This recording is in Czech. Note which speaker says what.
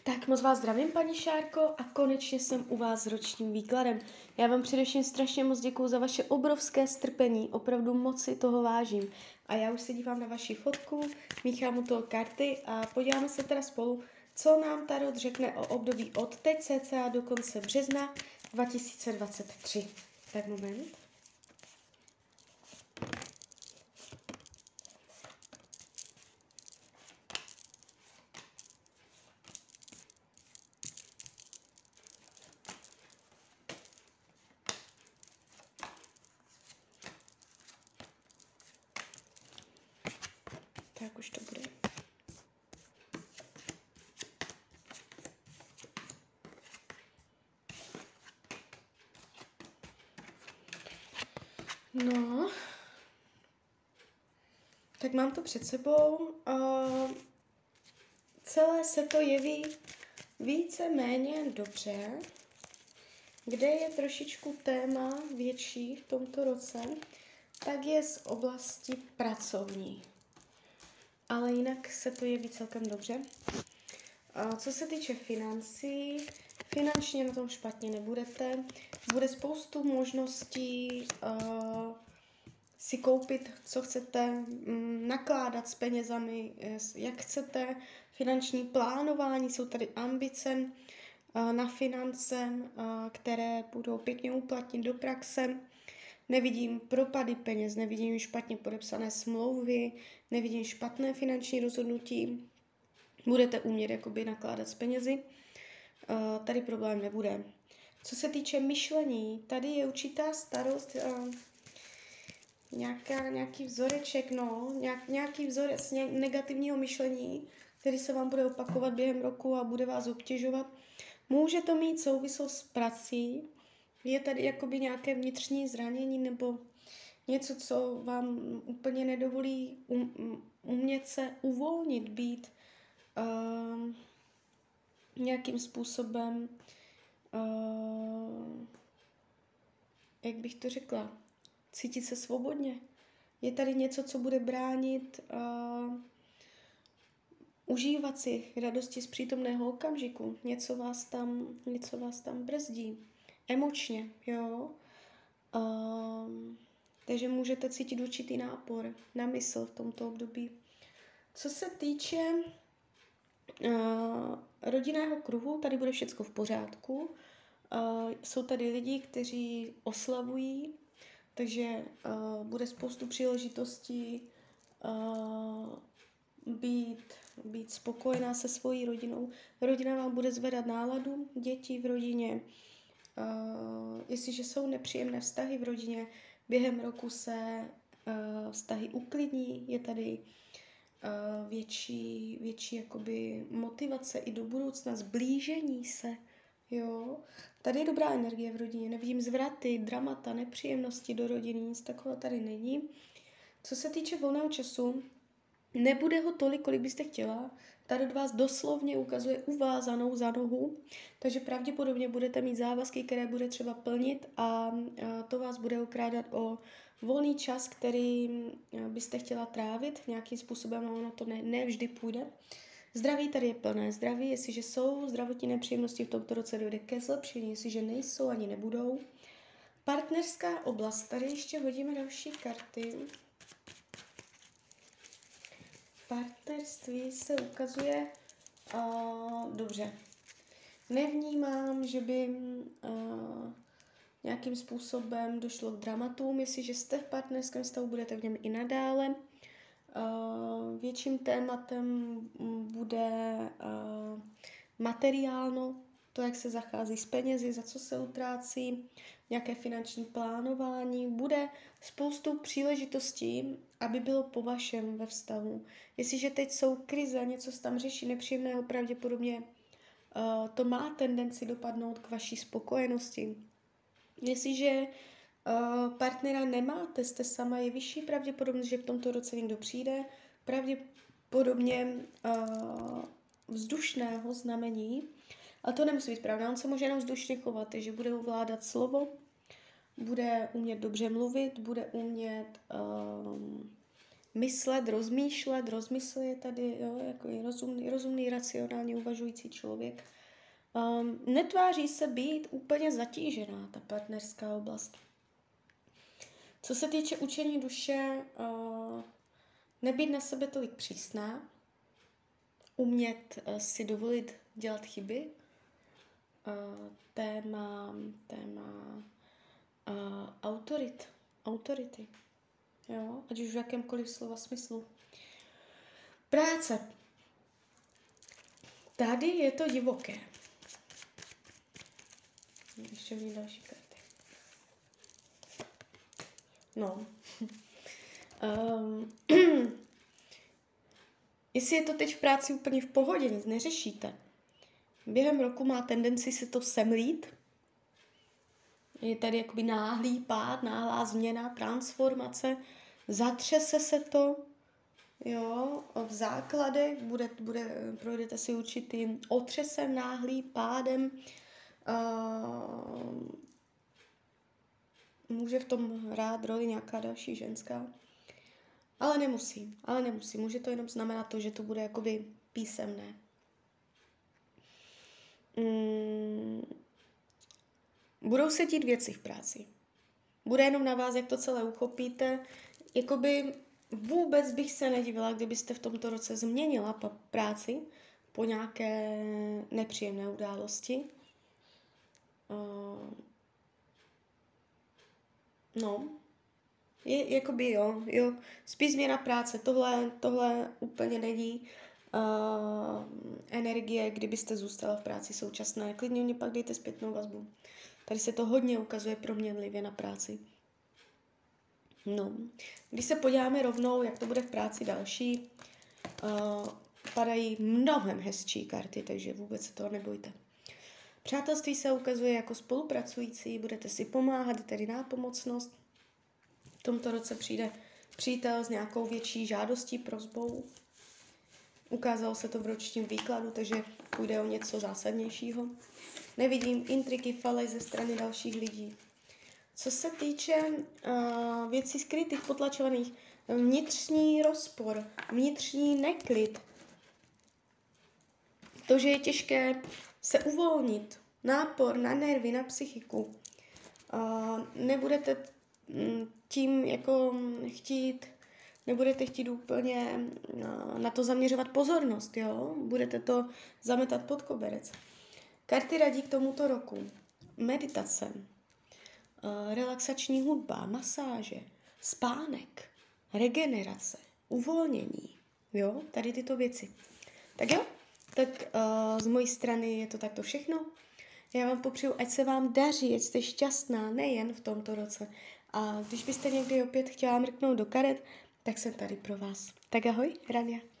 Speaker 1: Tak moc vás zdravím, paní Šárko, a konečně jsem u vás s ročním výkladem. Já vám především strašně moc děkuju za vaše obrovské strpení, opravdu moc si toho vážím. A já už se dívám na vaši fotku, míchám u toho karty a podíváme se teda spolu, co nám Tarot řekne o období od teď cca do konce března 2023. Tak moment. Tak už to bude. No, tak mám to před sebou. Celé se to jeví více-méně dobře. Kde je trošičku téma větší v tomto roce, tak je z oblasti pracovní. Ale jinak se to jeví celkem dobře. Co se týče financí, finančně na tom špatně nebudete. Bude spoustu možností si koupit, co chcete, nakládat s penězami, jak chcete. Finanční plánování, jsou tady ambice na finance, které budou pěkně uplatnit do praxe. Nevidím propady peněz, nevidím špatně podepsané smlouvy, nevidím špatné finanční rozhodnutí. Budete umět jakoby nakládat s penězi. Tady problém nebude. Co se týče myšlení, tady je určitá starost, nějaký vzoreček, nějaký vzorec negativního myšlení, který se vám bude opakovat během roku a bude vás obtěžovat. Může to mít souvislost s prací, je tady jakoby nějaké vnitřní zranění nebo něco, co vám úplně nedovolí umět se uvolnit, být nějakým způsobem, jak bych to řekla, cítit se svobodně. Je tady něco, co bude bránit užívat si radosti z přítomného okamžiku. Něco vás tam brzdí. Emočně, jo. Takže můžete cítit určitý nápor na mysl v tomto období. Co se týče rodinného kruhu, tady bude všechno v pořádku. Jsou tady lidi, kteří oslavují, takže bude spoustu příležitostí být spokojená se svojí rodinou. Rodina vám bude zvedat náladu, děti v rodině. Jestliže jsou nepříjemné vztahy v rodině, během roku se vztahy uklidní, je tady větší jakoby motivace i do budoucna, zblížení se, jo. Tady je dobrá energie v rodině, nevidím zvraty, dramata, nepříjemnosti do rodiny, nic takového tady není. Co se týče volného času, nebude ho tolik, kolik byste chtěla. Tarot vás doslovně ukazuje uvázanou za nohu, takže pravděpodobně budete mít závazky, které bude třeba plnit a to vás bude okrádat o volný čas, který byste chtěla trávit nějakým způsobem, a ono to ne vždy půjde. Zdraví tady je plné zdraví, jestliže jsou zdravotní nepříjemnosti v tomto roce, dojde ke zlepšení, jestliže nejsou, ani nebudou. Partnerská oblast, tady ještě hodíme další karty. Partnerství se ukazuje dobře. Nevnímám, že by nějakým způsobem došlo k dramatům. Jestliže jste v partnerském stavu, budete v něm i nadále. Větším tématem bude materiálno, to, jak se zachází s penězi, za co se utrácí, nějaké finanční plánování. Bude spoustu příležitostí, aby bylo po vašem ve vztahu. Jestliže teď jsou krize, něco se tam řeší nepříjemného, pravděpodobně to má tendenci dopadnout k vaší spokojenosti. Jestliže partnera nemáte, jste sama, je vyšší pravděpodobnost, že v tomto roce někdo přijde, pravděpodobně vzdušného znamení, ale to nemusí být pravda, on se může jenom vzdušně chovat, že bude ovládat slovo, bude umět dobře mluvit, bude umět myslet, rozmýšlet, rozmysl je tady, jo, jako je rozumný, racionálně uvažující člověk. Netváří se být úplně zatížená ta partnerská oblast. Co se týče učení duše, nebýt na sebe tolik přísná, umět si dovolit dělat chyby, téma autority, jo, ať už v jakémkoliv slova smyslu. Práce. Tady je to divoké. Ještě v ní další karty. No. Jestli je to teď v práci úplně v pohodě, nic neřešíte, během roku má tendenci se to semlít. Je tady jakoby náhlý pád, náhlá změna, transformace, zatřese se to, jo, v základech projdete si určitým otřesem, náhlý pádem. Může v tom hrát roli nějaká další ženská, ale nemusí. Může to jenom znamenat to, že to bude jakoby písemné. Budou se dít věci v práci. Bude jenom na vás, jak to celé uchopíte. Jakoby vůbec bych se nedivila, kdybyste v tomto roce změnila práci po nějaké nepříjemné události. No, je jakoby jo, spíš změna práce, tohle úplně není energie, kdybyste zůstala v práci současné. Klidně mě pak dejte zpětnou vazbu. Tady se to hodně ukazuje proměnlivě na práci. No, když se podíváme rovnou, jak to bude v práci další, padají mnohem hezčí karty, takže vůbec se toho nebojte. Přátelství se ukazuje jako spolupracující, budete si pomáhat, tedy nápomocnost. V tomto roce přijde přítel s nějakou větší žádostí, prosbou. Ukázalo se to v ročním výkladu, takže půjde o něco zásadnějšího. Nevidím intriky, faly ze strany dalších lidí. Co se týče věcí skrytých, potlačovaných, vnitřní rozpor, vnitřní neklid, to, že je těžké se uvolnit, nápor na nervy, na psychiku, nebudete tím jako nebudete chtít úplně na to zaměřovat pozornost, jo? Budete to zametat pod koberec. Karty radí k tomuto roku. Meditace, relaxační hudba, masáže, spánek, regenerace, uvolnění, jo? Tady tyto věci. Tak jo? Tak z mojí strany je to takto všechno. Já vám popřeju, ať se vám daří, ať jste šťastná, nejen v tomto roce. A když byste někdy opět chtěla mrknout do karet, tak jsem tady pro vás. Tak ahoj, Rania.